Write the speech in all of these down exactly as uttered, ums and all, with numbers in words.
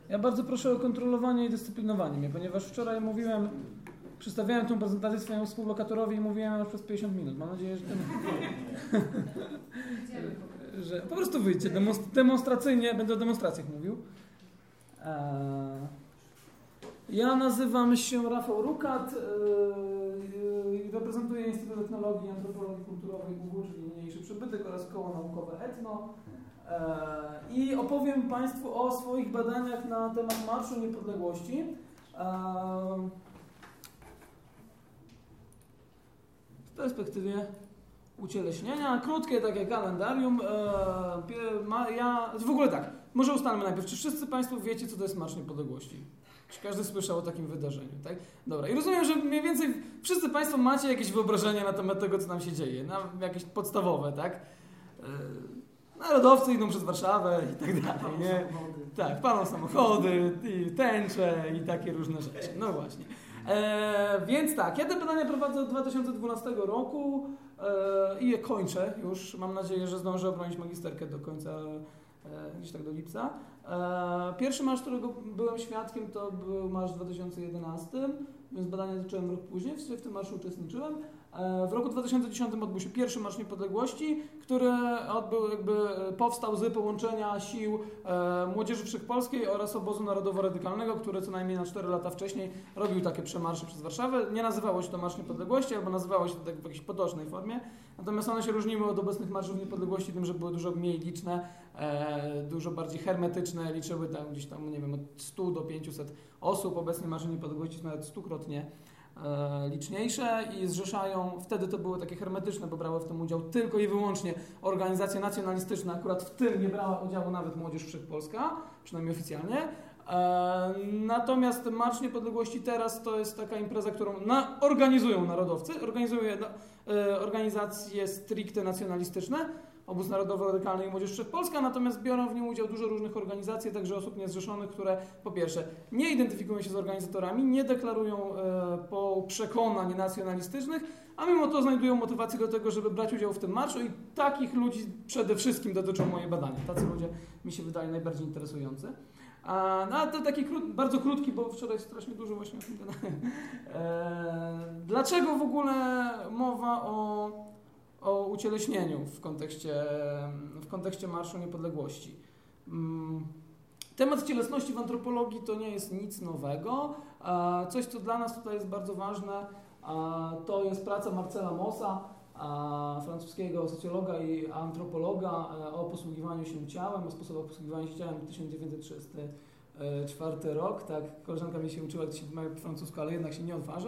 Ja bardzo proszę o kontrolowanie i dyscyplinowanie mnie, ponieważ wczoraj mówiłem, przedstawiałem tę prezentację swojemu współlokatorowi i mówiłem już przez pięćdziesiąt minut. Mam nadzieję, że ten... że po prostu wyjdźcie demonstracyjnie, będę o demonstracjach mówił. Ja nazywam się Rafał Rukat i reprezentuję Instytut Etnologii i Antropologii Kulturowej U W, czyli Niniejszy Przybytek oraz Koło Naukowe Etno. I opowiem Państwu o swoich badaniach na temat Marszu Niepodległości. W perspektywie ucieleśnienia, krótkie takie kalendarium. Ja, w ogóle tak, może ustalmy najpierw, czy wszyscy Państwo wiecie, co to jest Marsz Niepodległości? Czy każdy słyszał o takim wydarzeniu, tak? Dobra, i rozumiem, że mniej więcej wszyscy Państwo macie jakieś wyobrażenie na temat tego, co nam się dzieje, na jakieś podstawowe, tak? Narodowcy idą przez Warszawę i tak dalej, nie? Tak, palą samochody, i tęcze i takie różne rzeczy. No właśnie. E, więc tak, ja te badania prowadzę od dwa tysiące dwunastego roku e, i je kończę już. Mam nadzieję, że zdążę obronić magisterkę do końca, e, gdzieś tak do lipca. E, pierwszy marsz, którego byłem świadkiem, to był marsz w dwa tysiące jedenastym, więc badania zacząłem rok później, w tym marszu uczestniczyłem. W roku dwa tysiące dziesiątym odbył się pierwszy Marsz Niepodległości, który odbył, jakby powstał z połączenia sił e, Młodzieży Wszechpolskiej oraz Obozu Narodowo-Radykalnego, który co najmniej na cztery lata wcześniej robił takie przemarsze przez Warszawę. Nie nazywało się to Marsz Niepodległości, albo nazywało się to tak w jakiejś potocznej formie. Natomiast one się różniły od obecnych Marszów Niepodległości tym, że były dużo mniej liczne, e, dużo bardziej hermetyczne, liczyły tam gdzieś tam, nie wiem, od stu do pięciuset osób. Obecnie Marsze Niepodległości są nawet stukrotnie liczniejsze i zrzeszają, wtedy to były takie hermetyczne, bo brały w tym udział tylko i wyłącznie organizacje nacjonalistyczne, akurat w tym nie brała udziału nawet Młodzież Wszechpolska, przynajmniej oficjalnie. Natomiast Marsz Niepodległości teraz to jest taka impreza, którą na, organizują narodowcy, organizuje organizacje stricte nacjonalistyczne, Obóz Narodowo-Radykalny i Młodzież Wszechpolska, natomiast biorą w nim udział dużo różnych organizacji, także osób niezrzeszonych, które po pierwsze nie identyfikują się z organizatorami, nie deklarują e, po przekonań nacjonalistycznych, a mimo to znajdują motywację do tego, żeby brać udział w tym marszu i takich ludzi przede wszystkim dotyczą moje badania. Tacy ludzie mi się wydaje najbardziej interesujący. A, no, to taki krót, bardzo krótki, bo wczoraj strasznie dużo właśnie o tym gadałem. E, dlaczego w ogóle mowa o o ucieleśnieniu w kontekście, w kontekście Marszu Niepodległości. Temat cielesności w antropologii to nie jest nic nowego. Coś, co dla nas tutaj jest bardzo ważne, to jest praca Marcela Mossa, francuskiego socjologa i antropologa o posługiwaniu się ciałem, o sposobach posługiwania się ciałem, tysiąc dziewięćset trzydziesty czwarty rok. Tak, koleżanka mi się uczyła, jak się wymawia po francusku, ale jednak się nie odważy.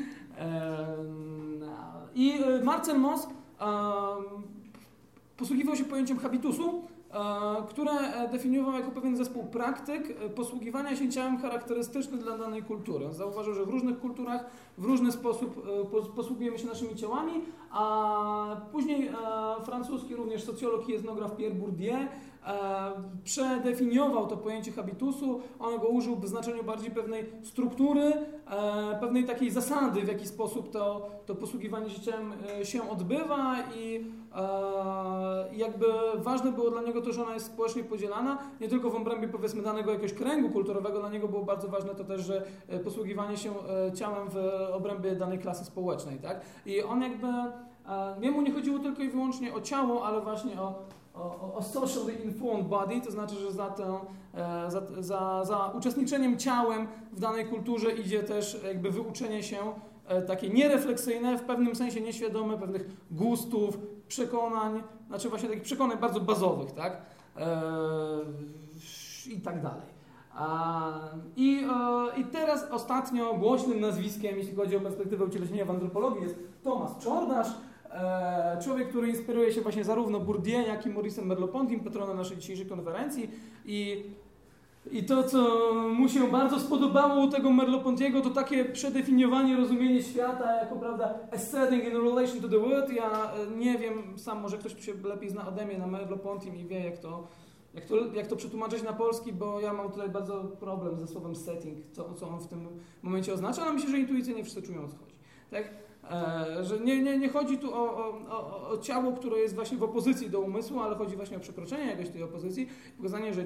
I Marcel Moss Um, posługiwał się pojęciem habitusu, um, które definiował jako pewien zespół praktyk posługiwania się ciałem charakterystyczny dla danej kultury. Zauważył, że w różnych kulturach w różny sposób um, posługujemy się naszymi ciałami, a później um, francuski również socjolog i etnograf Pierre Bourdieu um, przedefiniował to pojęcie habitusu. On go użył w znaczeniu bardziej pewnej struktury, um, pewnej takiej zasady, w jaki sposób to, to posługiwanie się ciałem um, się odbywa i um, jakby ważne było dla niego to, że ona jest społecznie podzielana, nie tylko w obrębie powiedzmy danego jakiegoś kręgu kulturowego, dla niego było bardzo ważne to też, że posługiwanie się ciałem w obrębie danej klasy społecznej, tak? I on jakby, jemu nie chodziło tylko i wyłącznie o ciało, ale właśnie o, o, o socially informed body, to znaczy, że za, tę, za, za, za uczestniczeniem ciałem w danej kulturze idzie też jakby wyuczenie się takie nierefleksyjne, w pewnym sensie nieświadome pewnych gustów, przekonań, znaczy właśnie takich przekonań bardzo bazowych, tak? Eee, I tak dalej. I, I teraz ostatnio głośnym nazwiskiem, jeśli chodzi o perspektywę ucieleśnienia w antropologii, jest Tomasz Czordasz, człowiek, który inspiruje się właśnie zarówno Bourdieu, jak i Maurice'em Merleau-Pontim, patronem naszej dzisiejszej konferencji. I, I to, co mu się bardzo spodobało u tego Merleau-Pontiego, to takie przedefiniowanie, rozumienie świata jako, prawda, a setting in relation to the world. Ja nie wiem, sam może ktoś tu się lepiej zna ode mnie na Merleau-Pontim i wie, jak to Jak to, jak to przetłumaczyć na polski, bo ja mam tutaj bardzo problem ze słowem setting, co, co on w tym momencie oznacza, ale myślę, że intuicyjnie wszyscy czują, o co chodzi. Tak? E, że nie, nie, nie chodzi tu o, o, o, o ciało, które jest właśnie w opozycji do umysłu, ale chodzi właśnie o przekroczenie jakoś tej opozycji, pokazanie, że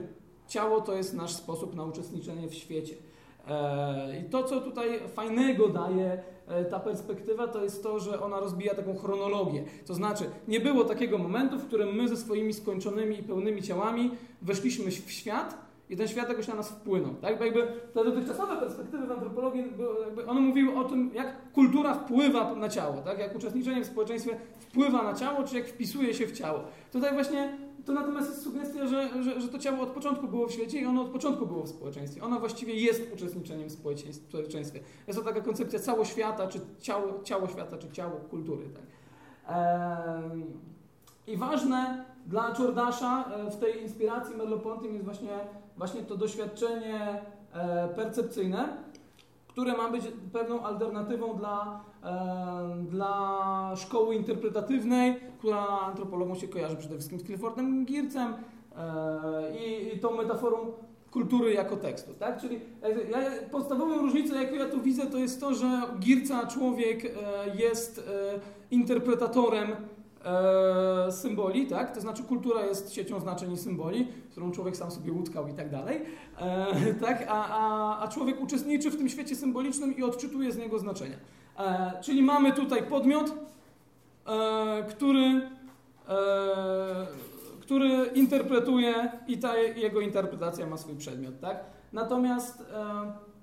ciało to jest nasz sposób na uczestniczenie w świecie. I to, co tutaj fajnego daje ta perspektywa, to jest to, że ona rozbija taką chronologię. To znaczy, nie było takiego momentu, w którym my ze swoimi skończonymi i pełnymi ciałami weszliśmy w świat i ten świat jakoś na nas wpłynął. Tak? Bo jakby te dotychczasowe perspektywy w antropologii, jakby one mówiły o tym, jak kultura wpływa na ciało, tak? Jak uczestniczenie w społeczeństwie wpływa na ciało, czy jak wpisuje się w ciało. Tutaj właśnie to natomiast jest sugestia, że, że, że to ciało od początku było w świecie i ono od początku było w społeczeństwie. Ono właściwie jest uczestniczeniem w społeczeństwie. Jest to taka koncepcja cało świata, czy ciało, ciało świata, czy ciało kultury. Tak? Eee, I ważne dla Czordasza w tej inspiracji Merleau-Pontym jest właśnie, właśnie to doświadczenie e, percepcyjne, które ma być pewną alternatywą dla, e, dla szkoły interpretatywnej, która antropologą się kojarzy przede wszystkim z Cliffordem Geertzem e, i, i tą metaforą kultury jako tekstu. Tak? Czyli ja, podstawową różnicą, jaką ja tu widzę, to jest to, że Geertza człowiek e, jest e, interpretatorem E, symboli, tak? To znaczy kultura jest siecią znaczeń i symboli, którą człowiek sam sobie utkał i tak dalej, e, tak? A, a, a człowiek uczestniczy w tym świecie symbolicznym i odczytuje z niego znaczenia. E, czyli mamy tutaj podmiot, e, który, e, który interpretuje i ta jego interpretacja ma swój przedmiot, tak? Natomiast e,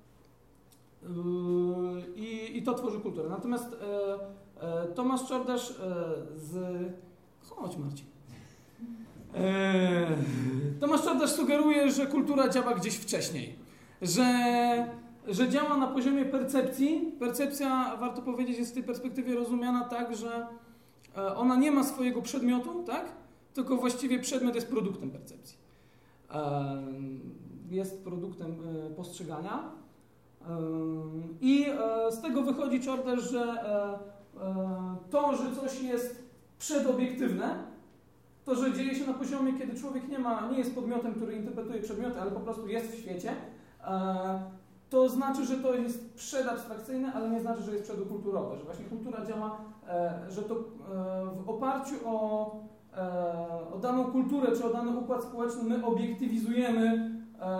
i, i to tworzy kulturę. Natomiast e, Tomasz Czordasz z... Chodź, Marcin. Tomasz Czordasz sugeruje, że kultura działa gdzieś wcześniej. Że, że działa na poziomie percepcji. Percepcja, warto powiedzieć, jest w tej perspektywie rozumiana tak, że ona nie ma swojego przedmiotu, tak? Tylko właściwie przedmiot jest produktem percepcji. Jest produktem postrzegania. I z tego wychodzi Czordasz, że to, że coś jest przedobiektywne, to, że dzieje się na poziomie, kiedy człowiek nie ma, nie jest podmiotem, który interpretuje przedmioty, ale po prostu jest w świecie, to znaczy, że to jest przedabstrakcyjne, ale nie znaczy, że jest przedokulturowe, że właśnie kultura działa, że to w oparciu o, o daną kulturę, czy o dany układ społeczny my obiektywizujemy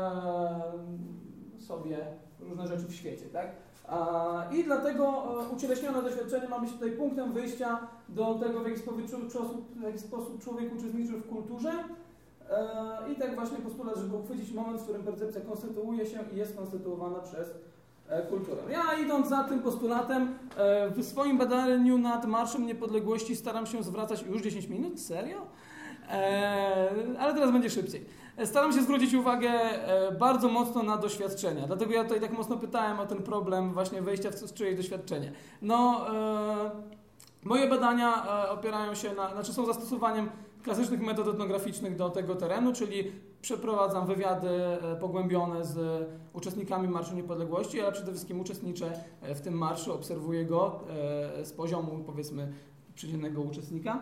sobie różne rzeczy w świecie, tak? I dlatego ucieleśnione doświadczenie ma być tutaj punktem wyjścia do tego, w jaki sposób, w jaki sposób człowiek uczestniczy w kulturze. I tak właśnie postulat, żeby uchwycić moment, w którym percepcja konstytuuje się i jest konstytuowana przez kulturę. Ja, idąc za tym postulatem, w swoim badaniu nad Marszem Niepodległości staram się zwracać... Już dziesięć minut? Serio? Ale teraz będzie szybciej. Staram się zwrócić uwagę bardzo mocno na doświadczenia. Dlatego ja tutaj tak mocno pytałem o ten problem właśnie wejścia w czyjeś doświadczenie. No, e, moje badania opierają się na, znaczy są zastosowaniem klasycznych metod etnograficznych do tego terenu, czyli przeprowadzam wywiady pogłębione z uczestnikami Marszu Niepodległości, ale przede wszystkim uczestniczę w tym marszu, obserwuję go e, z poziomu, powiedzmy, przeciętnego uczestnika.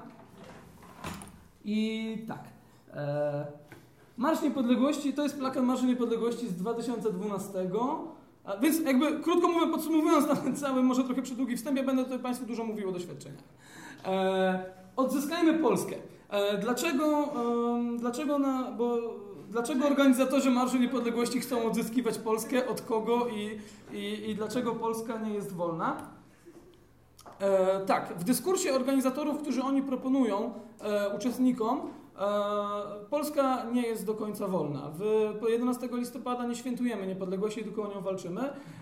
I tak. E, Marsz Niepodległości to jest plakat Marszu Niepodległości z dwa tysiące dwunastego. A więc jakby, krótko mówiąc, podsumowując na ten cały, może trochę przydługi wstęp, ja będę tutaj Państwu dużo mówił o doświadczeniach. E, odzyskajmy Polskę. E, dlaczego, e, dlaczego, na, bo, dlaczego organizatorzy Marszu Niepodległości chcą odzyskiwać Polskę, od kogo i, i, i dlaczego Polska nie jest wolna? E, tak, w dyskursie organizatorów, którzy oni proponują e, uczestnikom, Polska nie jest do końca wolna. W jedenastego listopada nie świętujemy niepodległości, tylko o nią walczymy.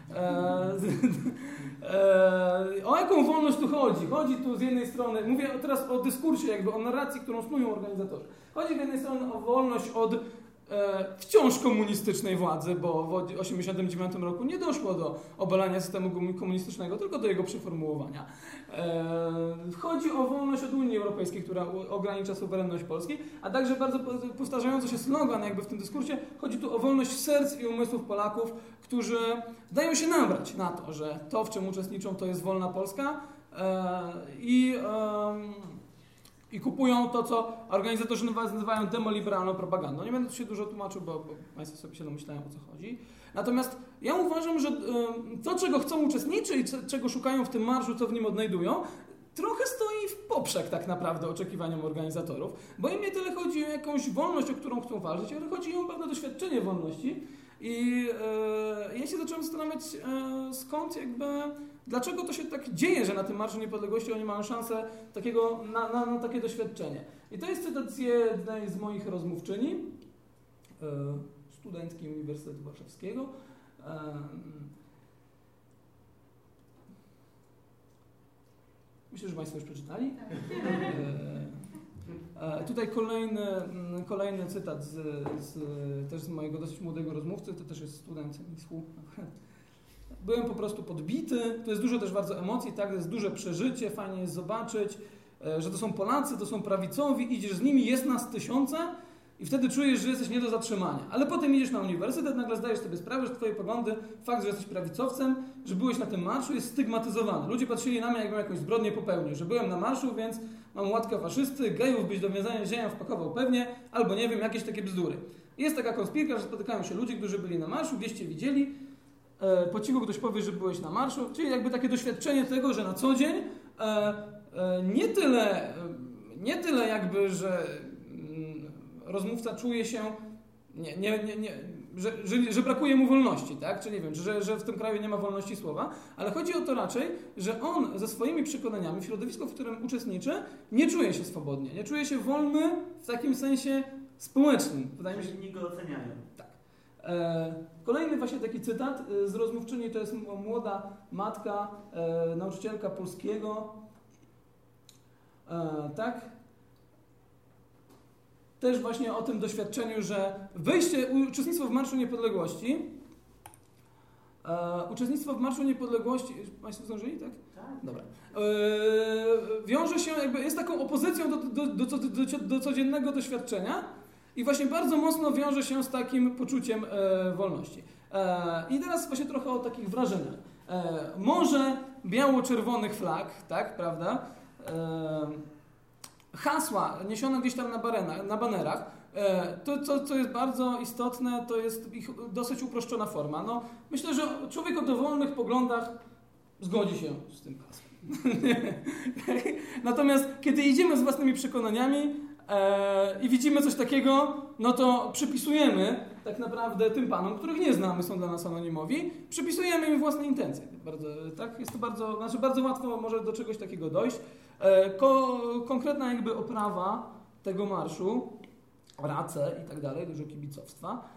O jaką wolność tu chodzi? Chodzi tu z jednej strony, mówię teraz o dyskursie, jakby o narracji, którą snują organizatorzy. Chodzi z jednej strony o wolność od wciąż komunistycznej władzy, bo w tysiąc dziewięćset osiemdziesiątym dziewiątym roku nie doszło do obalania systemu komunistycznego, tylko do jego przeformułowania. Chodzi o wolność od Unii Europejskiej, która ogranicza suwerenność Polski, a także bardzo powtarzający się slogan jakby w tym dyskursie, chodzi tu o wolność serc i umysłów Polaków, którzy dają się nabrać na to, że to, w czym uczestniczą, to jest wolna Polska i I kupują to, co organizatorzy nazywają demoliberalną propagandą. Nie będę tu się dużo tłumaczył, bo, bo Państwo sobie się domyślają, o co chodzi. Natomiast ja uważam, że to, czego chcą uczestnicy i czego szukają w tym marszu, co w nim odnajdują, trochę stoi w poprzek tak naprawdę oczekiwaniom organizatorów, bo im nie tyle chodzi o jakąś wolność, o którą chcą walczyć, ale chodzi im o pewne doświadczenie wolności. I e, ja się zacząłem zastanawiać, e, skąd jakby, dlaczego to się tak dzieje, że na tym Marszu Niepodległości oni mają szansę takiego, na, na, na takie doświadczenie. I to jest cytat z jednej z moich rozmówczyni, e, studentki Uniwersytetu Warszawskiego. E, myślę, że Państwo już przeczytali. E, tutaj kolejny, kolejny cytat z, z, też z mojego dosyć młodego rozmówcy, to też jest student M I S U. Byłem po prostu podbity, to jest dużo też bardzo emocji, tak, to jest duże przeżycie, fajnie jest zobaczyć, e, że to są Polacy, to są prawicowi, idziesz z nimi, jest nas tysiące i wtedy czujesz, że jesteś nie do zatrzymania. Ale potem idziesz na uniwersytet, nagle zdajesz sobie sprawę, że twoje poglądy, fakt, że jesteś prawicowcem, że byłeś na tym marszu jest stygmatyzowany. Ludzie patrzyli na mnie, jakbym jakąś zbrodnię popełnił, że byłem na marszu, więc mam łatkę faszysty, gejów byś do wiązania ziemią wpakował pewnie, albo nie wiem, jakieś takie bzdury. Jest taka konspirka, że spotykają się ludzie, którzy byli na marszu, gdzieś cię widzieli, e, po cichu ktoś powie, że byłeś na marszu, czyli jakby takie doświadczenie tego, że na co dzień e, e, nie tyle, nie tyle jakby, że mm, rozmówca czuje się, nie, nie, nie, nie, że, że, że brakuje mu wolności, tak? Czy nie wiem, że, że w tym kraju nie ma wolności słowa, ale chodzi o to raczej, że on ze swoimi przekonaniami w środowisku, w którym uczestniczy, nie czuje się swobodnie, nie czuje się wolny w takim sensie społecznym. Wydaje mi się, że inni go oceniają. Tak. E, kolejny właśnie taki cytat z rozmówczyni, to jest młoda matka, e, nauczycielka polskiego, e, tak? Też właśnie o tym doświadczeniu, że wejście, uczestnictwo w Marszu Niepodległości, e, uczestnictwo w Marszu Niepodległości, Państwo zdążyli, tak? Tak. Dobra. E, wiąże się, jakby jest taką opozycją do, do, do, do, do, do codziennego doświadczenia i właśnie bardzo mocno wiąże się z takim poczuciem e, wolności. E, I teraz właśnie trochę o takich wrażeniach. E, morze biało-czerwonych flag, tak, prawda? E, Hasła niesione gdzieś tam na, barena, na banerach, to co, co jest bardzo istotne, to jest ich dosyć uproszczona forma. No, myślę, że człowiek o dowolnych poglądach zgodzi się z tym hasłem. Natomiast kiedy idziemy z własnymi przekonaniami e, i widzimy coś takiego, no to przypisujemy tak naprawdę tym panom, których nie znamy, są dla nas anonimowi, przypisujemy im własne intencje. Bardzo, tak? Jest to bardzo, znaczy bardzo łatwo może do czegoś takiego dojść. Ko konkretna jakby oprawa tego marszu, race i tak dalej, dużo kibicowstwa.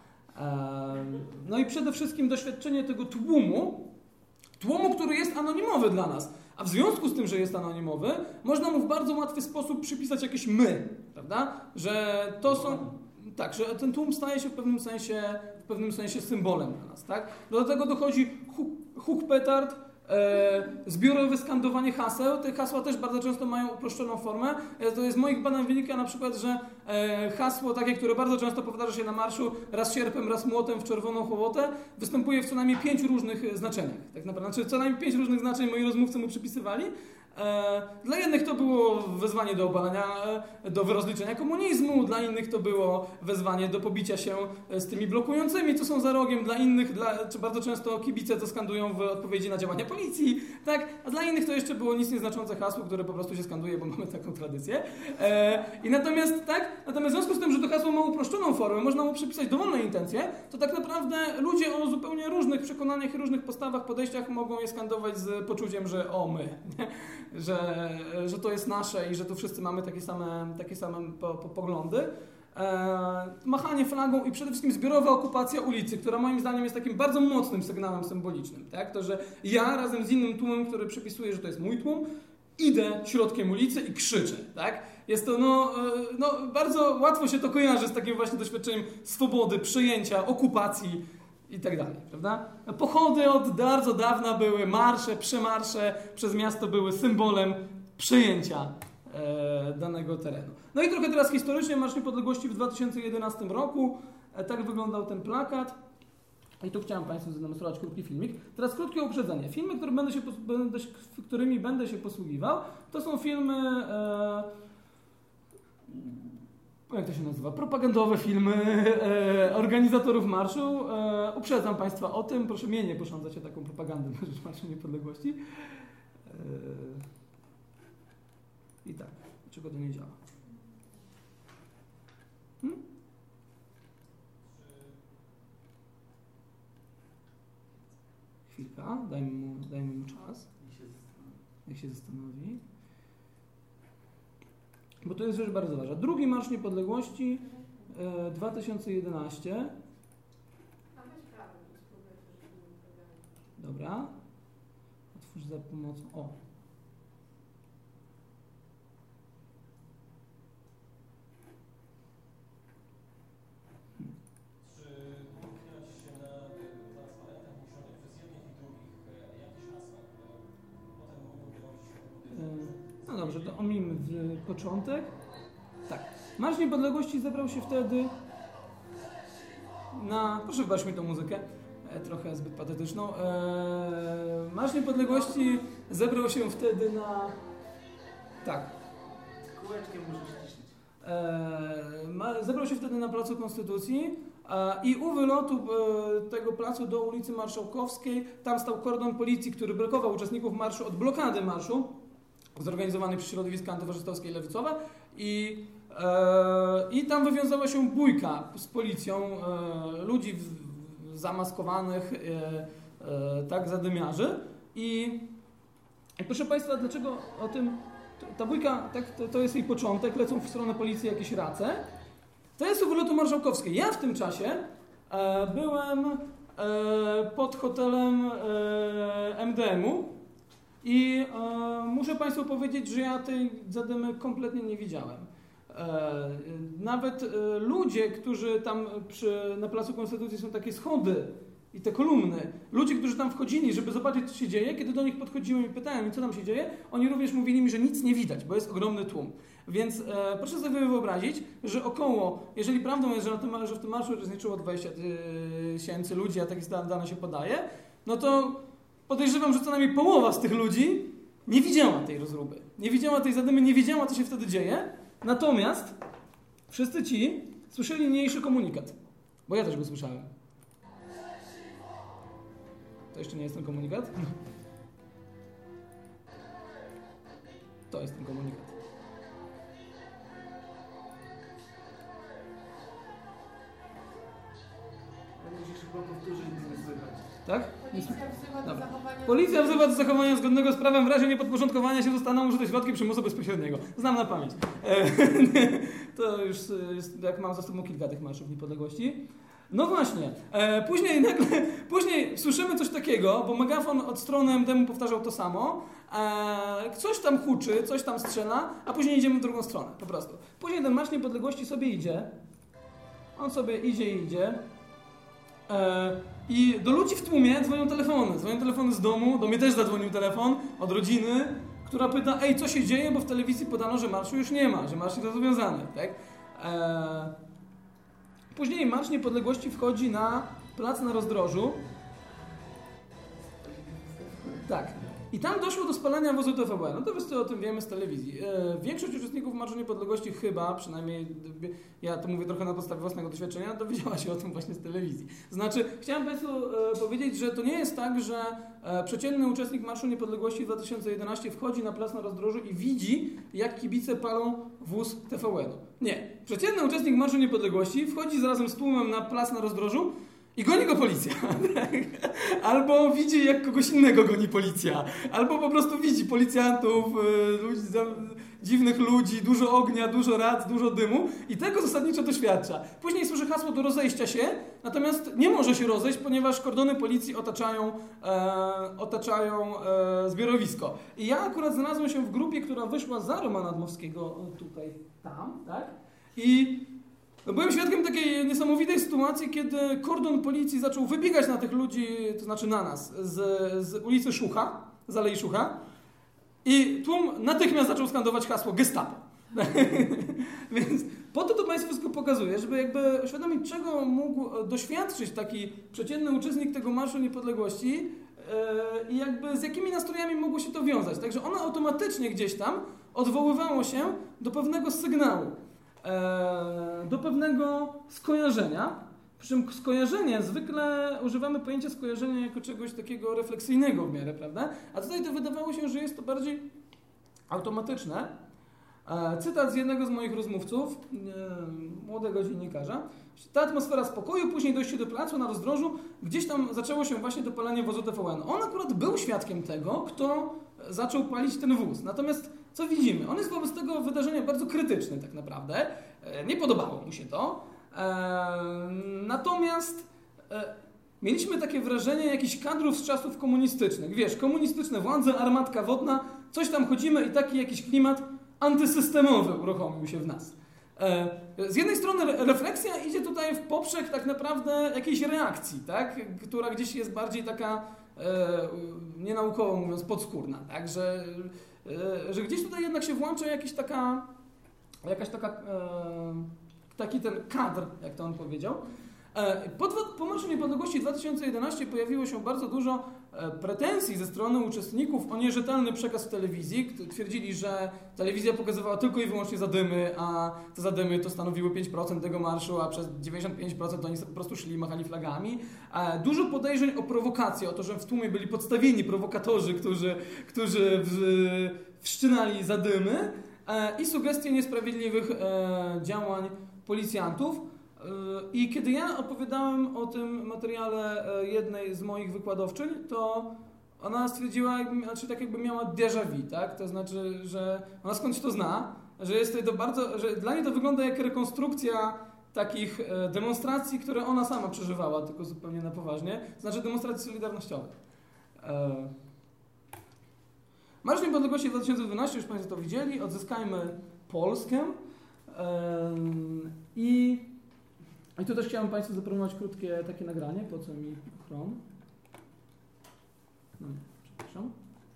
No i przede wszystkim doświadczenie tego tłumu, tłumu, który jest anonimowy dla nas. A w związku z tym, że jest anonimowy, można mu w bardzo łatwy sposób przypisać jakieś my, prawda? Że to są... Tak, że ten tłum staje się w pewnym sensie, w pewnym sensie symbolem dla nas, tak? Do tego dochodzi huk, huk petard, E, zbiorowe skandowanie haseł. Te hasła też bardzo często mają uproszczoną formę. E, to jest z moich badań wynika na przykład, że e, hasło takie, które bardzo często powtarza się na marszu, raz sierpem, raz młotem w czerwoną hołotę, występuje w co najmniej pięciu różnych znaczeniach. Tak naprawdę. Znaczy, co najmniej pięć różnych znaczeń moi rozmówcy mu przypisywali. E, dla jednych to było wezwanie do obalenia, e, do rozliczenia komunizmu, dla innych to było wezwanie do pobicia się z tymi blokującymi, co są za rogiem, dla innych, dla, czy bardzo często kibice to skandują w odpowiedzi na działania policji, tak? A dla innych to jeszcze było nic nieznaczące hasło, które po prostu się skanduje, bo mamy taką tradycję. E, I natomiast, tak? Natomiast w związku z tym, że to hasło ma uproszczoną formę, można mu przypisać dowolne intencje, to tak naprawdę ludzie o zupełnie różnych przekonaniach i różnych postawach, podejściach mogą je skandować z poczuciem, że o my, że, że to jest nasze i że tu wszyscy mamy takie same, takie same po, po, poglądy. E, machanie flagą i przede wszystkim zbiorowa okupacja ulicy, która moim zdaniem jest takim bardzo mocnym sygnałem symbolicznym. Tak? To, że ja razem z innym tłumem, który przypisuje, że to jest mój tłum, idę środkiem ulicy i krzyczę. Tak? Jest to, no, no, bardzo łatwo się to kojarzy z takim właśnie doświadczeniem swobody, przejęcia, okupacji i tak dalej, prawda? Pochody od bardzo dawna były, marsze, przemarsze przez miasto były symbolem przejęcia e, danego terenu. No i trochę teraz historycznie Marsz Niepodległości w dwa tysiące jedenastym roku. E, tak wyglądał ten plakat. I tu chciałem Państwu zademonstrować krótki filmik. Teraz krótkie uprzedzenie. Filmy, które będę się, będę, którymi będę się posługiwał, to są filmy... E, jak to się nazywa? Propagandowe filmy e, organizatorów marszu. E, uprzedzam Państwa o tym. Proszę mnie nie posądzać o taką propagandę na rzecz Marszu Niepodległości. E, I tak, dlaczego to nie działa? Hmm? Chwilka, dajmy mu, dajmy mu czas. Niech się zastanowi. Bo to jest rzecz bardzo ważna. Drugi Marsz Niepodległości e, dwa tysiące jedenaście. Dobra. Otwórz za pomocą. O. No dobrze, to omijmy początek. Tak. Marsz Niepodległości zebrał się wtedy na... Proszę wybaczyć mi tą muzykę, e, trochę zbyt patetyczną. E, Marsz Niepodległości zebrał się wtedy na... Tak. Kółeczkiem możesz ciszyć. E, ma, zebrał się wtedy na Placu Konstytucji e, i u wylotu e, tego placu do ulicy Marszałkowskiej tam stał kordon policji, który blokował uczestników marszu od blokady marszu zorganizowanej przez środowiska antywaszystowskie i lewicowe i, e, i tam wywiązała się bójka z policją e, ludzi w, w zamaskowanych e, e, tak zadymiarzy i, i proszę Państwa, dlaczego o tym ta bójka, tak, to, to jest jej początek, lecą w stronę policji jakieś race. To jest u wylotu Marszałkowskiej. Ja w tym czasie e, byłem e, pod hotelem e, M D M-u i e, muszę Państwu powiedzieć, że ja tej zadymy kompletnie nie widziałem. E, nawet e, ludzie, którzy tam przy, na Placu Konstytucji są takie schody i te kolumny, ludzie, którzy tam wchodzili, żeby zobaczyć, co się dzieje, kiedy do nich podchodziłem i pytałem, co tam się dzieje, oni również mówili mi, że nic nie widać, bo jest ogromny tłum. Więc e, proszę sobie wyobrazić, że około, jeżeli prawdą jest, że, na tym, że w tym marszu uczestniczyło dwadzieścia tysięcy ludzi, a takie dane się podaje, no to podejrzewam, że co najmniej połowa z tych ludzi nie widziała tej rozruby, nie widziała tej zadymy, nie wiedziała, co się wtedy dzieje, natomiast wszyscy ci słyszeli mniejszy komunikat, bo ja też go słyszałem. To jeszcze nie jest ten komunikat? To jest ten komunikat. Musisz chyba powtórzyć, by nie słychać. Tak? Policja wzywa do zachowania... Policja wzywa do zachowania zgodnego z prawem w razie niepodporządkowania się zostaną użyte środki przymusu bezpośredniego. Znam na pamięć. E, to już jest, jak mam za sobą kilka tych marszów niepodległości. No właśnie, e, później nagle, później słyszymy coś takiego, bo megafon od strony M D M-u powtarzał to samo, e, coś tam huczy, coś tam strzela, a później idziemy w drugą stronę, po prostu. Później ten Marsz Niepodległości sobie idzie, on sobie idzie i idzie e, i do ludzi w tłumie dzwonią telefony, dzwonią telefony z domu, do mnie też zadzwonił telefon od rodziny, która pyta, ej, co się dzieje, bo w telewizji podano, że marszu już nie ma, że marsz jest rozwiązany, tak? E, Później Marsz Niepodległości wchodzi na plac na Rozdrożu. Tak. I tam doszło do spalania wozu T V B. No to wszyscy o tym wiemy z telewizji. E, większość uczestników Marszu Niepodległości chyba, przynajmniej ja to mówię trochę na podstawie własnego doświadczenia, dowiedziała się o tym właśnie z telewizji. Znaczy, chciałem Państwu e, powiedzieć, że to nie jest tak, że e, przeciętny uczestnik Marszu Niepodległości dwa tysiące jedenastego wchodzi na plac na Rozdrożu i widzi, jak kibice palą wóz T V N-u. Nie. Przeciętny uczestnik Marszu Niepodległości wchodzi razem z tłumem na plac na Rozdrożu i goni go policja. Albo widzi, jak kogoś innego goni policja. Albo po prostu widzi policjantów, ludzi, dziwnych ludzi, dużo ognia, dużo rac, dużo dymu i tego zasadniczo doświadcza. Później słyszy hasło do rozejścia się, natomiast nie może się rozejść, ponieważ kordony policji otaczają, e, otaczają e, zbiorowisko. I ja akurat znalazłem się w grupie, która wyszła za Romana Dmowskiego tutaj, tam, tak? I byłem świadkiem takiej niesamowitej sytuacji, kiedy kordon policji zaczął wybiegać na tych ludzi, to znaczy na nas, z, z ulicy Szucha, z Alei Szucha i tłum natychmiast zaczął skandować hasło Gestapo. Więc po to to Państwu wszystko pokazuje, żeby jakby uświadomić, czego mógł doświadczyć taki przeciętny uczestnik tego Marszu Niepodległości yy, i jakby z jakimi nastrojami mogło się to wiązać. Także ono automatycznie gdzieś tam odwoływało się do pewnego sygnału. Do pewnego skojarzenia, przy czym skojarzenie, zwykle używamy pojęcia skojarzenia jako czegoś takiego refleksyjnego w miarę, prawda? A tutaj to wydawało się, że jest to bardziej automatyczne Cytat z jednego z moich rozmówców, młodego dziennikarza. Ta atmosfera spokoju, później dojście do placu na rozdrożu, gdzieś tam zaczęło się właśnie dopalanie wozu T V N. On akurat był świadkiem tego, kto zaczął palić ten wóz. Natomiast co widzimy? On jest wobec tego wydarzenia bardzo krytyczny tak naprawdę. Nie podobało mu się to. Natomiast mieliśmy takie wrażenie jakichś kadrów z czasów komunistycznych. Wiesz, komunistyczne władze, armatka wodna, coś tam chodzimy i taki jakiś klimat antysystemowy uruchomił się w nas. Z jednej strony refleksja idzie tutaj w poprzek tak naprawdę jakiejś reakcji, tak? Która gdzieś jest bardziej taka, nienaukowo mówiąc, podskórna, tak? Że, że gdzieś tutaj jednak się włącza jakaś taka, jakaś taka, taki ten kadr, jak to on powiedział. Po, po Marszu Niepodległości dwa tysiące jedenastym pojawiło się bardzo dużo pretensji ze strony uczestników o nierzetelny przekaz w telewizji. Twierdzili, że telewizja pokazywała tylko i wyłącznie zadymy, a te zadymy to stanowiły pięć procent tego marszu, a przez dziewięćdziesiąt pięć procent oni po prostu szli i machali flagami. Dużo podejrzeń o prowokację, o to, że w tłumie byli podstawieni prowokatorzy, którzy, którzy wszczynali zadymy i sugestie niesprawiedliwych działań policjantów. I kiedy ja opowiadałem o tym materiale jednej z moich wykładowczyń, to ona stwierdziła, znaczy tak jakby miała déjà vu, tak? To znaczy, że ona skądś to zna, że jest to bardzo, że dla niej to wygląda jak rekonstrukcja takich demonstracji, które ona sama przeżywała, tylko zupełnie na poważnie, to znaczy demonstracji solidarnościowych. Marsz Niepodległości dwa tysiące dwunastym, już Państwo to widzieli, odzyskajmy Polskę i I tu też chciałem Państwu zaproponować krótkie takie nagranie, po co mi chrom. No, przepraszam.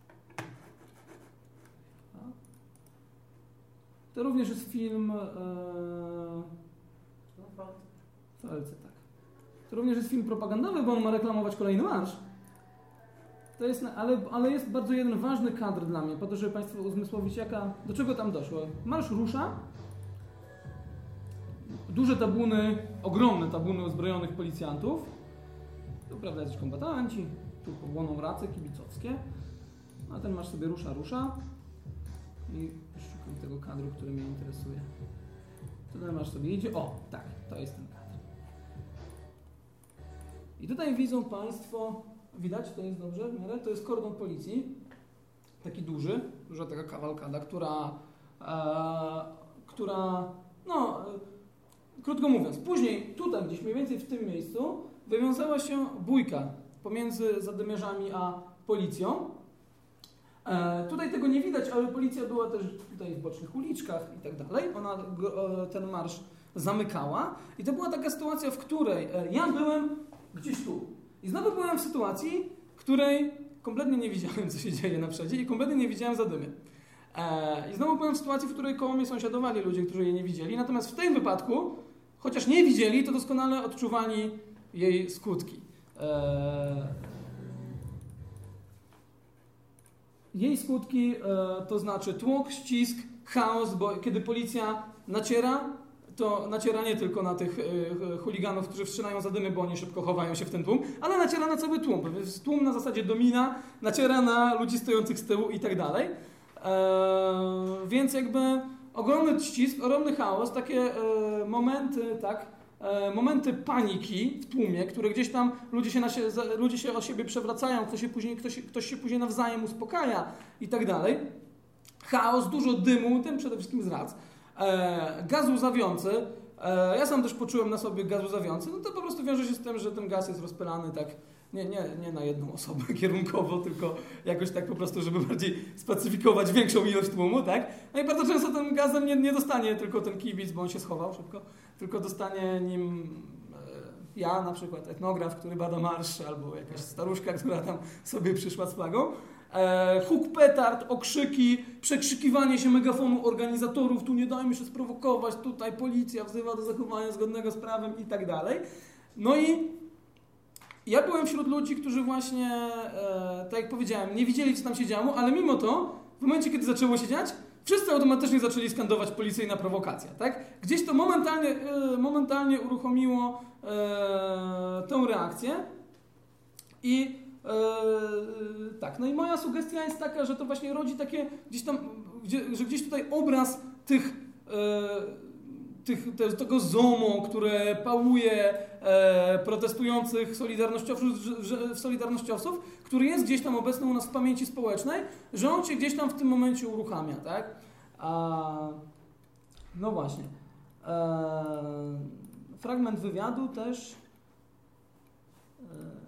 To również jest film e... w L C, tak. To również jest film propagandowy, bo on ma reklamować kolejny marsz. To jest, ale, ale jest bardzo jeden ważny kadr dla mnie, po to, żeby Państwu uzmysłowić, jaka, do czego tam doszło. Marsz rusza. Duże tabuny, ogromne tabuny uzbrojonych policjantów. Tu, prawda, jacyś kombatanci, tu płoną race kibicowskie. A ten marsz sobie rusza, rusza. I szukam tego kadru, który mnie interesuje. Tu ten marsz sobie idzie. O, tak, to jest ten kadr. I tutaj widzą Państwo, widać, to jest dobrze w miarę, to jest kordon policji. Taki duży, duża taka kawalkada, która, e, która, no, krótko mówiąc, później tutaj gdzieś mniej więcej w tym miejscu wywiązała się bójka pomiędzy zadymiarzami a policją. E, tutaj tego nie widać, ale policja była też tutaj w bocznych uliczkach i tak dalej. Ona e, ten marsz zamykała i to była taka sytuacja, w której e, ja byłem gdzieś tu i znowu byłem w sytuacji, w której kompletnie nie widziałem, co się dzieje na przedzie i kompletnie nie widziałem zadymy. E, I znowu byłem w sytuacji, w której koło mnie sąsiadowali ludzie, którzy jej nie widzieli, natomiast w tym wypadku, chociaż nie widzieli, to doskonale odczuwali jej skutki. E, jej skutki e, to znaczy tłok, ścisk, chaos, bo kiedy policja naciera, to naciera nie tylko na tych e, chuliganów, którzy wszczynają zadymy, bo oni szybko chowają się w ten tłum, ale naciera na cały tłum. Tłum na zasadzie domina, naciera na ludzi stojących z tyłu i tak dalej. E, więc jakby ogromny ścisk, ogromny chaos, takie e, momenty, tak, e, momenty paniki w tłumie, które gdzieś tam ludzie się, na się, ludzie się o siebie przewracają, ktoś się później, ktoś, ktoś się później nawzajem uspokaja i tak dalej. Chaos, dużo dymu, tym przede wszystkim z rac. E, gaz łzawiący. E, ja sam też poczułem na sobie gaz łzawiący. No to po prostu wiąże się z tym, że ten gaz jest rozpylany tak nie, nie, nie na jedną osobę kierunkowo, tylko jakoś tak po prostu, żeby bardziej spacyfikować większą ilość tłumu, tak? No i bardzo często tym gazem nie, nie dostanie tylko ten kibic, bo on się schował szybko, tylko dostanie nim e, ja na przykład, etnograf, który bada marsz, albo jakaś staruszka, która tam sobie przyszła z flagą. E, huk petard, okrzyki, przekrzykiwanie się megafonu organizatorów, tu nie dajmy się sprowokować, tutaj policja wzywa do zachowania zgodnego z prawem i tak dalej. No i ja byłem wśród ludzi, którzy właśnie, e, tak jak powiedziałem, nie widzieli, co tam się działo, ale mimo to, w momencie, kiedy zaczęło się dziać, wszyscy automatycznie zaczęli skandować policyjna prowokacja, tak? Gdzieś to momentalnie, e, momentalnie uruchomiło e, tę reakcję i Yy, tak, no i moja sugestia jest taka, że to właśnie rodzi takie gdzieś tam, gdzie, że gdzieś tutaj obraz tych, e, tych te, tego ZOMO, które pałuje e, protestujących solidarnościowców, że, solidarnościowców, który jest gdzieś tam obecny u nas w pamięci społecznej, że on się gdzieś tam w tym momencie uruchamia, tak? A, no właśnie. E, fragment wywiadu też. E,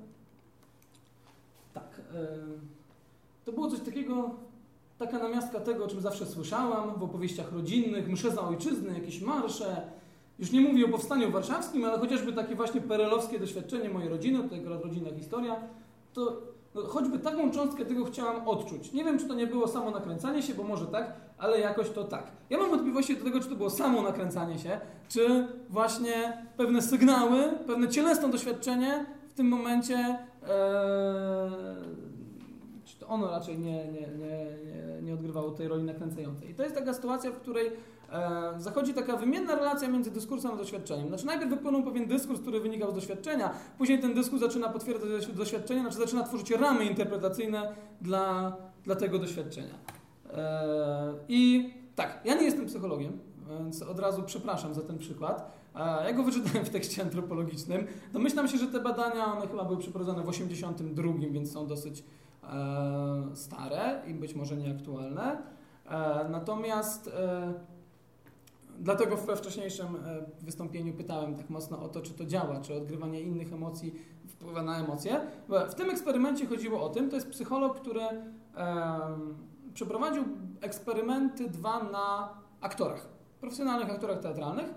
tak. E, to było coś takiego, taka namiastka tego, o czym zawsze słyszałam w opowieściach rodzinnych, msze za ojczyznę, jakieś marsze. Już nie mówię o powstaniu warszawskim, ale chociażby takie właśnie perelowskie doświadczenie mojej rodziny, to akurat rodzinna historia, to no, choćby taką cząstkę tego chciałam odczuć. Nie wiem, czy to nie było samo nakręcanie się, bo może tak, ale jakoś to tak. Ja mam wątpliwości do tego, czy to było samo nakręcanie się, czy właśnie pewne sygnały, pewne cielesne doświadczenie w tym momencie, ee, czy to ono raczej nie, nie, nie, nie, nie odgrywało tej roli nakręcającej. I to jest taka sytuacja, w której e, zachodzi taka wymienna relacja między dyskursem a doświadczeniem. Znaczy najpierw wypłynął pewien dyskurs, który wynikał z doświadczenia, później ten dyskurs zaczyna potwierdzać doświadczenie, znaczy zaczyna tworzyć ramy interpretacyjne dla, dla tego doświadczenia. E, I tak, ja nie jestem psychologiem, więc od razu przepraszam za ten przykład. Ja go wyczytałem w tekście antropologicznym. Domyślam się, że te badania, one chyba były przeprowadzone w osiemdziesiątym drugim, więc są dosyć e, stare i być może nieaktualne. E, natomiast e, dlatego we wcześniejszym wystąpieniu pytałem tak mocno o to, czy to działa, czy odgrywanie innych emocji wpływa na emocje. Bo w tym eksperymencie chodziło o tym, to jest psycholog, który e, przeprowadził eksperymenty dwa na aktorach, profesjonalnych aktorach teatralnych.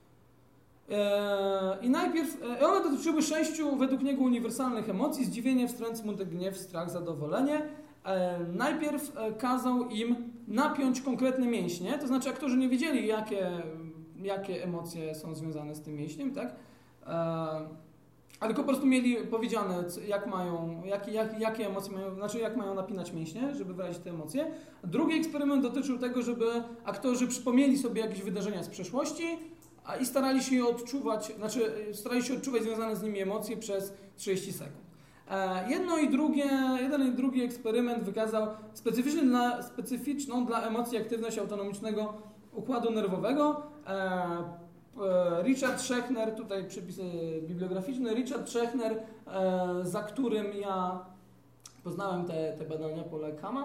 I najpierw, one dotyczyły sześciu według niego uniwersalnych emocji: zdziwienie, wstręt, smutek, gniew, strach, zadowolenie. Najpierw kazał im napiąć konkretne mięśnie, to znaczy aktorzy nie wiedzieli, jakie, jakie emocje są związane z tym mięśniem, tak? Ale tylko po prostu mieli powiedziane, jak mają, jak, jak, jakie emocje mają, znaczy jak mają napinać mięśnie, żeby wyrazić te emocje. Drugi eksperyment dotyczył tego, żeby aktorzy przypomnieli sobie jakieś wydarzenia z przeszłości a i starali się je odczuwać, znaczy starali się odczuwać związane z nimi emocje przez trzydzieści sekund. Jedno i drugie, jeden i drugi eksperyment wykazał specyficzny dla, specyficzną dla emocji aktywność autonomicznego układu nerwowego. Richard Schechner, tutaj przypis bibliograficzny, Richard Schechner, za którym ja poznałem te, te badania Paula Ekmana,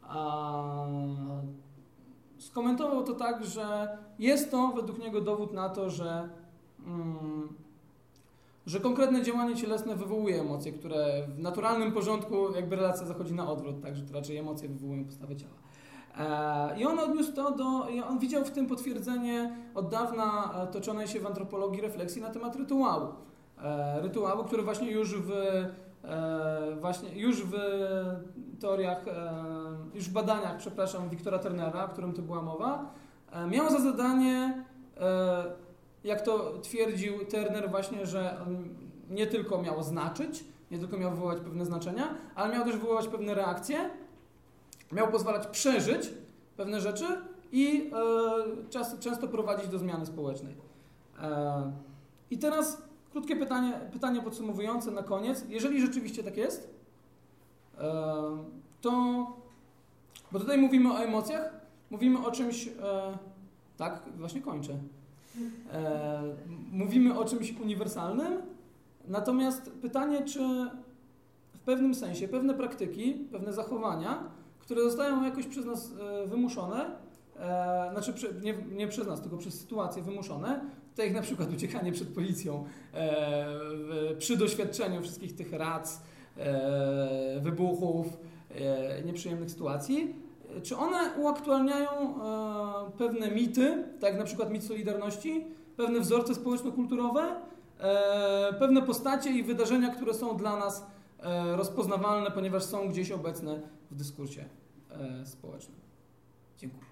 skomentował to tak, że jest to według niego dowód na to, że, mm, że konkretne działanie cielesne wywołuje emocje, które w naturalnym porządku jakby relacja zachodzi na odwrót, także to raczej emocje wywołują postawę ciała. I on odniósł to do, on widział w tym potwierdzenie od dawna toczonej się w antropologii refleksji na temat rytuału. Rytuału, który właśnie już w, właśnie już w teoriach, już w badaniach, przepraszam, Victora Turnera, o którym tu była mowa, miał za zadanie, jak to twierdził Turner właśnie, że on nie tylko miał znaczyć, nie tylko miał wywołać pewne znaczenia, ale miał też wywołać pewne reakcje, miał pozwalać przeżyć pewne rzeczy i e, czas, często prowadzić do zmiany społecznej. E, I teraz krótkie pytanie, pytanie podsumowujące na koniec. Jeżeli rzeczywiście tak jest, e, to, bo tutaj mówimy o emocjach, mówimy o czymś, e, tak, właśnie kończę, e, mówimy o czymś uniwersalnym, natomiast pytanie, czy w pewnym sensie pewne praktyki, pewne zachowania, które zostają jakoś przez nas e, wymuszone, e, znaczy przy, nie, nie przez nas, tylko przez sytuacje wymuszone, tak jak na przykład uciekanie przed policją e, w, przy doświadczeniu wszystkich tych rac, e, wybuchów, e, nieprzyjemnych sytuacji, e, czy one uaktualniają e, pewne mity, tak jak na przykład mit Solidarności, pewne wzorce społeczno-kulturowe, e, pewne postacie i wydarzenia, które są dla nas e, rozpoznawalne, ponieważ są gdzieś obecne w dyskursie e, społecznym. Dziękuję.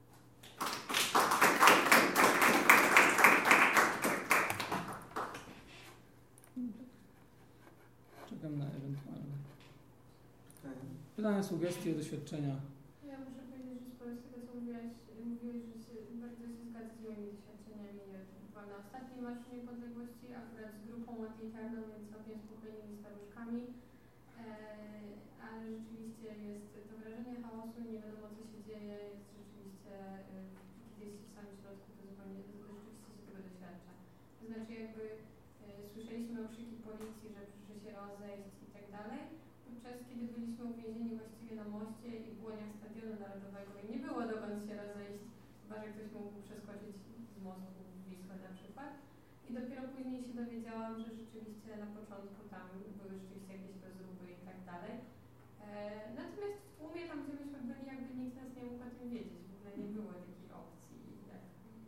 Czekam na ewentualne pytania, sugestie, doświadczenia. Ja muszę powiedzieć, że sporo z tego, co mówiłeś, mówiłeś, że się bardzo się zgadza z moimi doświadczeniami. Była na ostatniej Marszu Niepodległości, akurat z grupą atletarną, więc całkiem spokojnymi staruszkami. Ale rzeczywiście jest to wrażenie chaosu i nie wiadomo, co się dzieje, jest rzeczywiście, kiedy gdzieś w samym środku, to zupełnie rzeczywiście się tego doświadcza. To znaczy jakby e, słyszeliśmy okrzyki policji, że proszę się rozejść i tak dalej, podczas kiedy byliśmy uwięzieni właściwie na moście i w błoniach Stadionu Narodowego i nie było dokąd się rozejść, chyba że ktoś mógł przeskoczyć z mostu w Wisłę na przykład. I dopiero później się dowiedziałam, że rzeczywiście na początku tam były rzeczywiście jakieś rozruby i tak dalej. E, natomiast w tłumie tam, gdzie myśmy byli, jakby nikt nas nie mógł o tym wiedzieć. W ogóle nie było takiej opcji. Jak,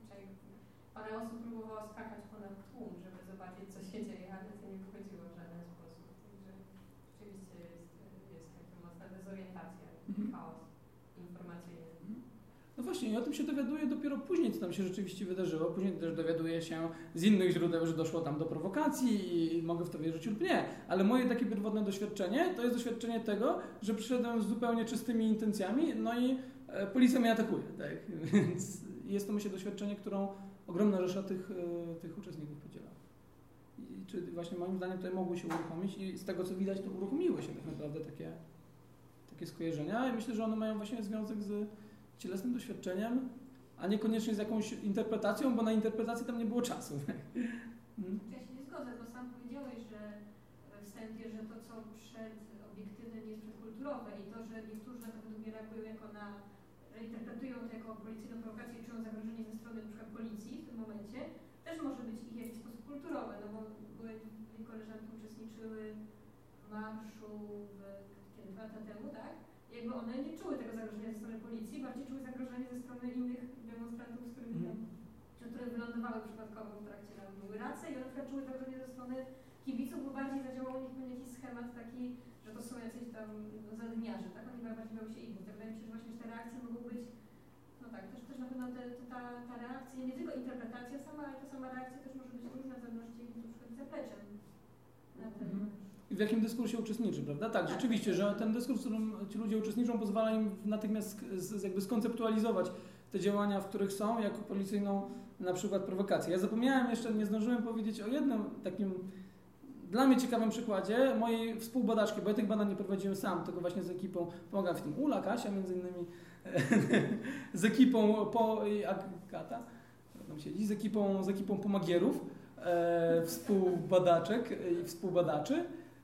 parę osób próbowało skakać ponad tłum, żeby zobaczyć, co się dzieje, ale to nie wychodziło w żaden sposób. Także rzeczywiście jest, jest taka mocna dezorientacja, Mhm. chaos informacyjny. No właśnie, i o tym się dowiaduję dopiero później, co tam się rzeczywiście wydarzyło. Później też dowiaduję się z innych źródeł, że doszło tam do prowokacji i mogę w to wierzyć lub nie. Ale moje takie pierwotne doświadczenie to jest doświadczenie tego, że przyszedłem z zupełnie czystymi intencjami, no i e, policja mnie atakuje. Tak? Więc jest to, myślę, doświadczenie, którą ogromna rzesza tych, e, tych uczestników podziela. I czy właśnie moim zdaniem tutaj mogły się uruchomić i z tego, co widać, to uruchomiły się tak naprawdę takie, takie skojarzenia i myślę, że one mają właśnie związek z cielesnym doświadczeniem, a niekoniecznie z jakąś interpretacją, bo na interpretację tam nie było czasu. Hmm? Ja się nie zgodzę, bo sam powiedziałeś, że w wstępie, że to, co przedobiektywne, nie jest przedkulturowe i to, że niektórzy na to według mnie reagują jako na, że interpretują to jako policyjną prowokację i czują zagrożenie ze strony np. policji w tym momencie, też może być ich w jakiś sposób kulturowe, no bo były koleżanki uczestniczyły w marszu w, kiedy, dwa lata temu, tak? Jakby one nie czuły tego zagrożenia ze strony policji, bardziej czuły zagrożenie ze strony innych demonstrantów, z którymi tam, które wylądowały przypadkowo w trakcie tam były race i one na przykład czuły zagrożenie ze strony kibiców, bo bardziej zadziałał u nich jakiś schemat taki, że to są jacyś tam zadymiarze, tak? Oni bardziej bały się innych. Tak wydaje mi się, że właśnie te reakcje mogą być, no tak, też, też na pewno te, ta, ta reakcja, nie tylko interpretacja sama, ale ta sama reakcja też może być różna w zależności na przykład zapleczem. Na ten, I w jakim dyskursie uczestniczy, prawda? Tak, rzeczywiście, że ten dyskurs, w którym ci ludzie uczestniczą, pozwala im natychmiast jakby skonceptualizować te działania, w których są, jako policyjną na przykład prowokację. Ja zapomniałem jeszcze, nie zdążyłem powiedzieć o jednym takim dla mnie ciekawym przykładzie mojej współbadaczki, bo ja tych badań nie prowadziłem sam, tylko właśnie z ekipą, pomagam w tym Ula, Kasia między innymi, z ekipą po, Agata, tam siedzi, z ekipą, z ekipą pomagierów, e, współbadaczek i współbadaczy.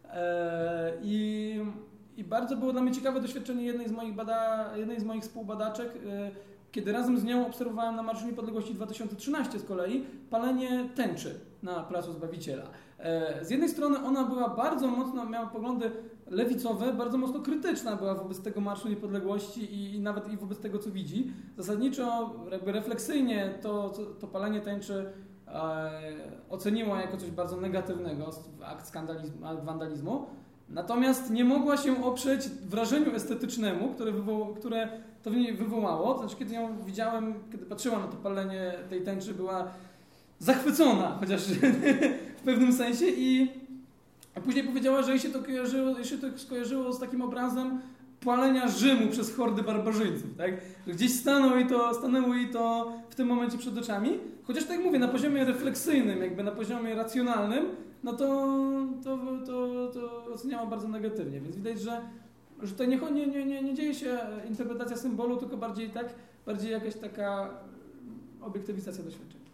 I, I bardzo było dla mnie ciekawe doświadczenie jednej z moich, bada, jednej z moich współbadaczek, kiedy razem z nią obserwowałem na Marszu Niepodległości dwa tysiące trzynastym z kolei palenie tęczy na Placu Zbawiciela. Z jednej strony ona była bardzo mocno, miała poglądy lewicowe, bardzo mocno krytyczna była wobec tego Marszu Niepodległości i, i nawet i wobec tego, co widzi. Zasadniczo, jakby refleksyjnie to, to, to palenie tęczy oceniła jako coś bardzo negatywnego, akt skandalizmu, akt wandalizmu, natomiast nie mogła się oprzeć wrażeniu estetycznemu, które, wywoł, które to w niej wywołało. To znaczy, kiedy ją widziałem, kiedy patrzyłam na to palenie tej tęczy, była zachwycona, chociaż w pewnym sensie i później powiedziała, że jej się to kojarzyło, jej się to skojarzyło z takim obrazem palenia Rzymu przez hordy barbarzyńców, tak? Że gdzieś stanął i to, stanęło jej to w tym momencie przed oczami. Chociaż tak jak mówię, na poziomie refleksyjnym, jakby na poziomie racjonalnym, no to, to, to, to oceniała bardzo negatywnie. Więc widać, że, że tutaj nie, nie, nie, nie dzieje się interpretacja symbolu, tylko bardziej tak, bardziej jakaś taka obiektywizacja doświadczenia.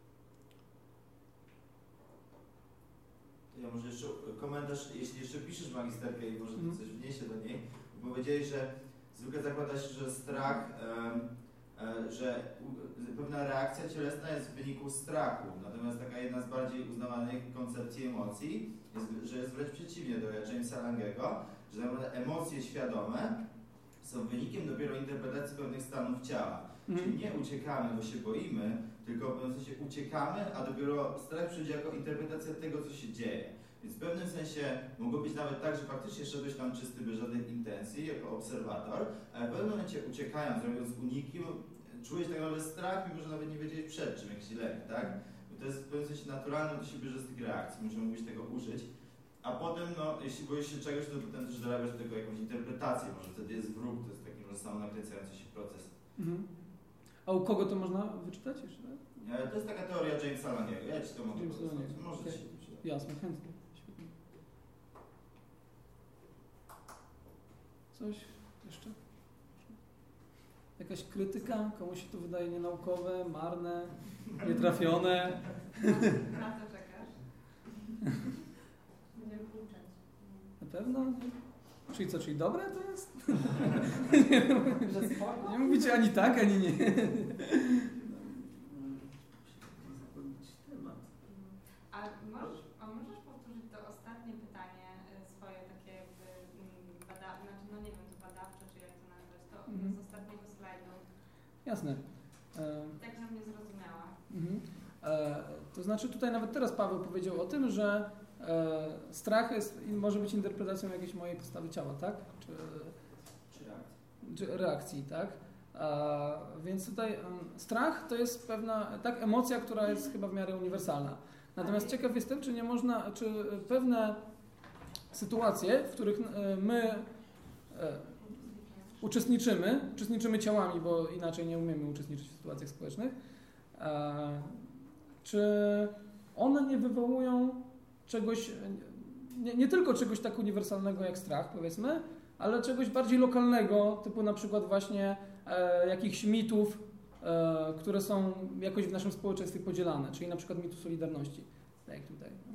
Ja może jeszcze komentarz, jeśli jeszcze piszesz magisterkę i może mm. coś wniesie do niej, bo powiedziałeś, że zwykle zakłada się, że strach, e, e, że u, pewna reakcja cielesna jest w wyniku strachu, natomiast taka jedna z bardziej uznawanych koncepcji emocji jest, że jest wręcz przeciwnie do Jamesa Langego, że naprawdę emocje świadome są wynikiem dopiero interpretacji pewnych stanów ciała. Mm. Czyli nie uciekamy, bo się boimy, tylko w pewnym sensie uciekamy, a dopiero strach przyjdzie jako interpretacja tego, co się dzieje. Więc w pewnym sensie mogło być nawet tak, że faktycznie szedłeś tam czysty, bez żadnych intencji, jako obserwator, ale w pewnym momencie uciekając, robiąc uniki, czułeś tak naprawdę strach, mimo że nawet nie wiedziałeś przed czym, jakiś lek, tak? Bo to jest w pewnym sensie naturalne, to się bierze z tych reakcji, muszę mówić tego użyć. A potem, no, jeśli boisz się czegoś, to potem też dorabiasz do tego jakąś interpretację, może wtedy jest wróg, to jest taki może samonakręcający się proces. Mhm. A u kogo to można wyczytać jeszcze? Tak? To jest taka teoria Jamesa Langego, ja ci to mogę powiedzieć. Może okay. ci się przydać. Jasne, chętnie. Świetnie. Coś jeszcze? Jakaś krytyka? Komuś się to wydaje nienaukowe, marne, nietrafione? Na co czekasz? Będziemy pouczać. Na pewno? Czyli co, czyli dobre to jest? Że spoko? Nie mówicie ani tak, ani nie. Temat. A możesz, a możesz powtórzyć to ostatnie pytanie e, swoje takie jakby badawcze, znaczy no nie wiem, to badawcze, czy jak to nazwać, to Mhm. z ostatniego slajdu, Jasne. E, tak żebym nie zrozumiała. mhm. e, to znaczy tutaj nawet teraz Paweł powiedział o tym, że e, strach jest, może być interpretacją jakiejś mojej postawy ciała, tak? Czy, Czy reakcja? czy reakcji, tak? A, więc tutaj um, strach to jest pewna tak emocja, która jest chyba w miarę uniwersalna. Natomiast ciekaw jestem, czy nie można, czy pewne sytuacje, w których e, my e, uczestniczymy, uczestniczymy ciałami, bo inaczej nie umiemy uczestniczyć w sytuacjach społecznych, e, czy one nie wywołują czegoś, nie, nie tylko czegoś tak uniwersalnego jak strach, powiedzmy, ale czegoś bardziej lokalnego, typu na przykład właśnie e, jakichś mitów, e, które są jakoś w naszym społeczeństwie podzielane, czyli na przykład mitu Solidarności, tak jak tutaj. No.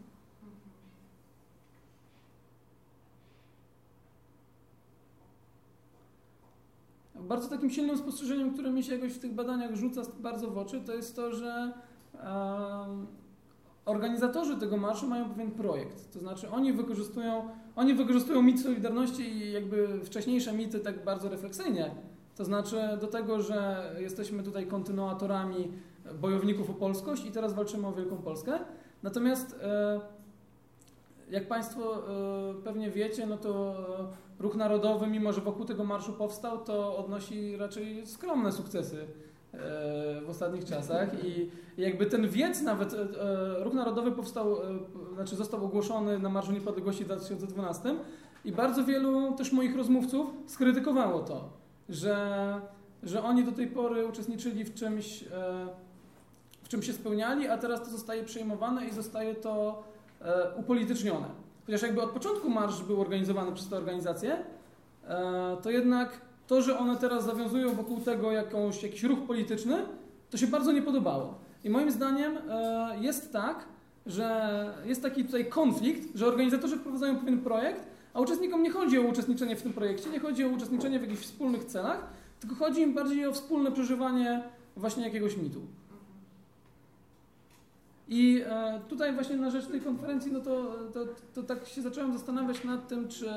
Bardzo takim silnym spostrzeżeniem, które mi się jakoś w tych badaniach rzuca bardzo w oczy, to jest to, że e, organizatorzy tego marszu mają pewien projekt. To znaczy oni wykorzystują, oni wykorzystują mit Solidarności i jakby wcześniejsze mity tak bardzo refleksyjnie. To znaczy do tego, że jesteśmy tutaj kontynuatorami bojowników o polskość i teraz walczymy o Wielką Polskę. Natomiast e, jak Państwo e, pewnie wiecie, no to Ruch Narodowy, mimo że wokół tego marszu powstał, to odnosi raczej skromne sukcesy w ostatnich czasach i jakby ten wiec nawet, Ruch Narodowy powstał, znaczy został ogłoszony na Marszu Niepodległości w dwa tysiące dwunastym i bardzo wielu też moich rozmówców skrytykowało to, że, że oni do tej pory uczestniczyli w czymś, w czym się spełniali, a teraz to zostaje przejmowane i zostaje to upolitycznione. Chociaż jakby od początku marsz był organizowany przez te organizacje, to jednak to, że one teraz zawiązują wokół tego jakąś, jakiś ruch polityczny, to się bardzo nie podobało. I moim zdaniem jest tak, że jest taki tutaj konflikt, że organizatorzy wprowadzają pewien projekt, a uczestnikom nie chodzi o uczestniczenie w tym projekcie, nie chodzi o uczestniczenie w jakichś wspólnych celach, tylko chodzi im bardziej o wspólne przeżywanie właśnie jakiegoś mitu. I tutaj właśnie na rzecz tej konferencji, no to, to, to tak się zacząłem zastanawiać nad tym, czy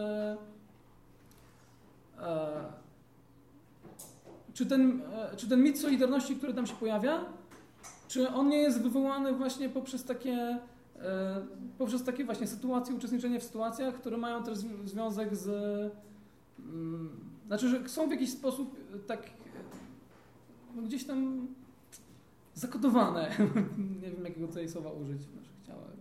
Czy ten, czy ten mit Solidarności, który tam się pojawia, czy on nie jest wywołany właśnie poprzez takie, poprzez takie właśnie sytuacje, uczestniczenie w sytuacjach, które mają też związek z, znaczy, że są w jakiś sposób tak no gdzieś tam zakodowane. Nie wiem, jakiego tutaj słowa użyć w naszych ciałach.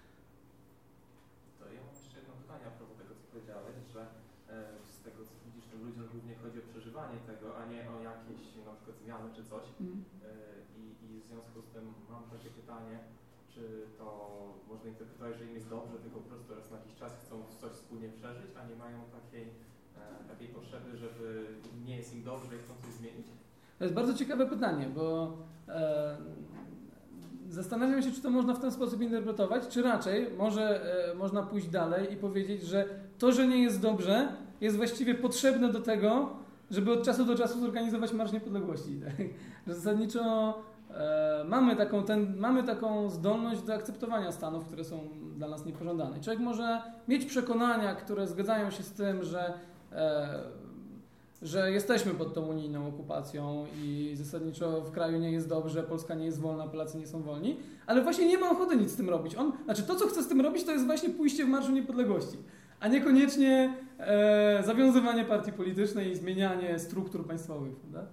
To ja mam jeszcze jedno pytanie a propos tego, co powiedziałeś, że z tego, co widzisz, tym ludziom głównie chodzi o przeżywanie tego, a nie o jakieś na przykład zmiany czy coś. Mm. I, I w związku z tym mam takie pytanie, czy to można interpretować, że im jest dobrze, tylko po prostu raz na jakiś czas chcą coś wspólnie przeżyć, a nie mają takiej, takiej potrzeby, żeby nie jest im dobrze i chcą coś zmienić? To jest bardzo ciekawe pytanie, bo e, zastanawiam się, czy to można w ten sposób interpretować, czy raczej może e, można pójść dalej i powiedzieć, że to, że nie jest dobrze, jest właściwie potrzebne do tego, żeby od czasu do czasu zorganizować Marsz Niepodległości. Tak? Że zasadniczo e, mamy, taką, ten, mamy taką zdolność do akceptowania stanów, które są dla nas niepożądane. Człowiek może mieć przekonania, które zgadzają się z tym, że e, że jesteśmy pod tą unijną okupacją i zasadniczo w kraju nie jest dobrze, Polska nie jest wolna, Polacy nie są wolni, ale właśnie nie ma ochoty nic z tym robić. On, znaczy to, co chce z tym robić, to jest właśnie pójście w Marszu Niepodległości, a niekoniecznie e, zawiązywanie partii politycznej i zmienianie struktur państwowych. Prawda?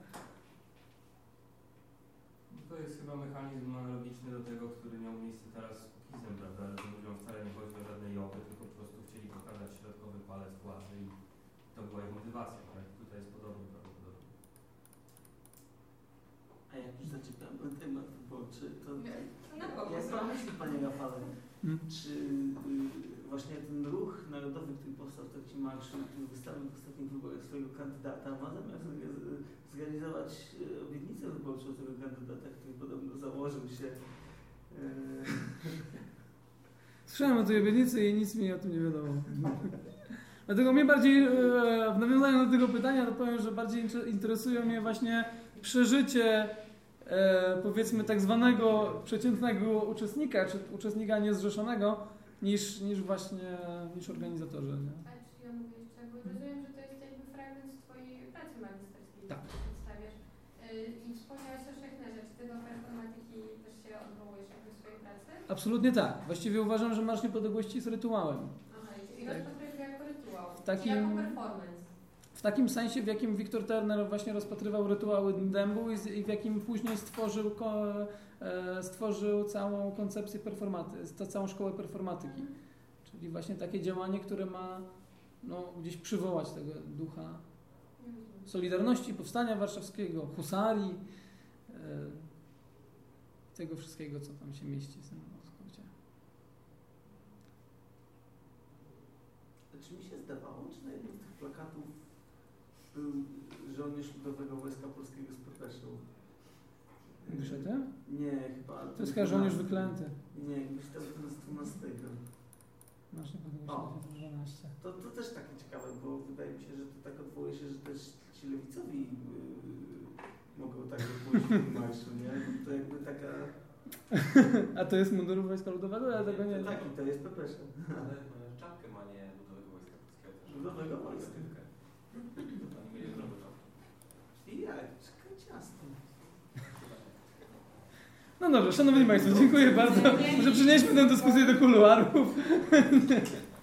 To jest chyba mechanizm analogiczny do tego, który miał miejsce teraz z Kukizem, prawda, że ludziom wcale nie chodzi o żadne joby, tylko po prostu chcieli pokazać środkowy palec władzy i to była ich motywacja. Tutaj jest podobnie prawdopodobnie. A jak już zaczepiamy temat, bo czy to... Na kogo? Jak pan myśli, panie Rafale, Hmm? czy y, właśnie ten ruch narodowy, który powstał w trakcie Marsz wystawił w ostatnich wyborach swojego kandydata, ma zamiar zorganizować obietnicę wyborczą tego kandydata, który podobno założył się. Słyszałem o tej obietnicy i nic mi o tym nie wiadomo. Dlatego mnie bardziej, w nawiązaniu do tego pytania, to powiem, że bardziej interesują mnie właśnie przeżycie powiedzmy tak zwanego przeciętnego uczestnika, czy uczestnika niezrzeszonego, niż, niż właśnie niż organizatorzy. Nie? A czy ja mówię jeszcze, bo rozumiem, że to jest jakby fragment twojej pracy magisterskiej, tak. którą przedstawiasz. I wspomniałeś o Szechnerze, czy ty do performatyki też się odwołujesz jakby w swojej pracy? Absolutnie tak. Właściwie uważam, że Marsz Niepodległości jest rytuałem. Aha, i rozpatrujesz go jako rytuał, w takim, jako performance. W takim sensie, w jakim Victor Turner właśnie rozpatrywał rytuały dębu i, z, i w jakim później stworzył, ko, e, stworzył całą koncepcję performaty, całą szkołę performatyki. Mhm. Czyli właśnie takie działanie, które ma no, gdzieś przywołać tego ducha Solidarności, Powstania Warszawskiego, husarii, e, tego wszystkiego, co tam się mieści w tym skrócie. Czy mi się zdawało, czy na jednym z tych plakatów był żołnierz Ludowego Wojska Polskiego z Pepeszą? Wyszedł? Nie, chyba... To jest chyba żołnierz wyklęty. Nie, jakbyś tam z dwunastego. Masz niepodległości dwanaście. To, to też takie ciekawe, bo wydaje mi się, że to tak odwołuje się, że też ci lewicowi yy, mogą tak pójść w tym marszu, nie? To jakby taka... A to jest mundur Wojska Ludowego? Ja tego nie wiem. Tak, i to jest Pepesza. Ale czapkę ma nie Ludowego Wojska Polskiego. Ludowego Wojska. Oni mieli zdrowy czapkę. I jak? Ciasto. No dobrze, szanowni państwo, dziękuję bardzo. Może przenieśmy tę dyskusję do kuluarów.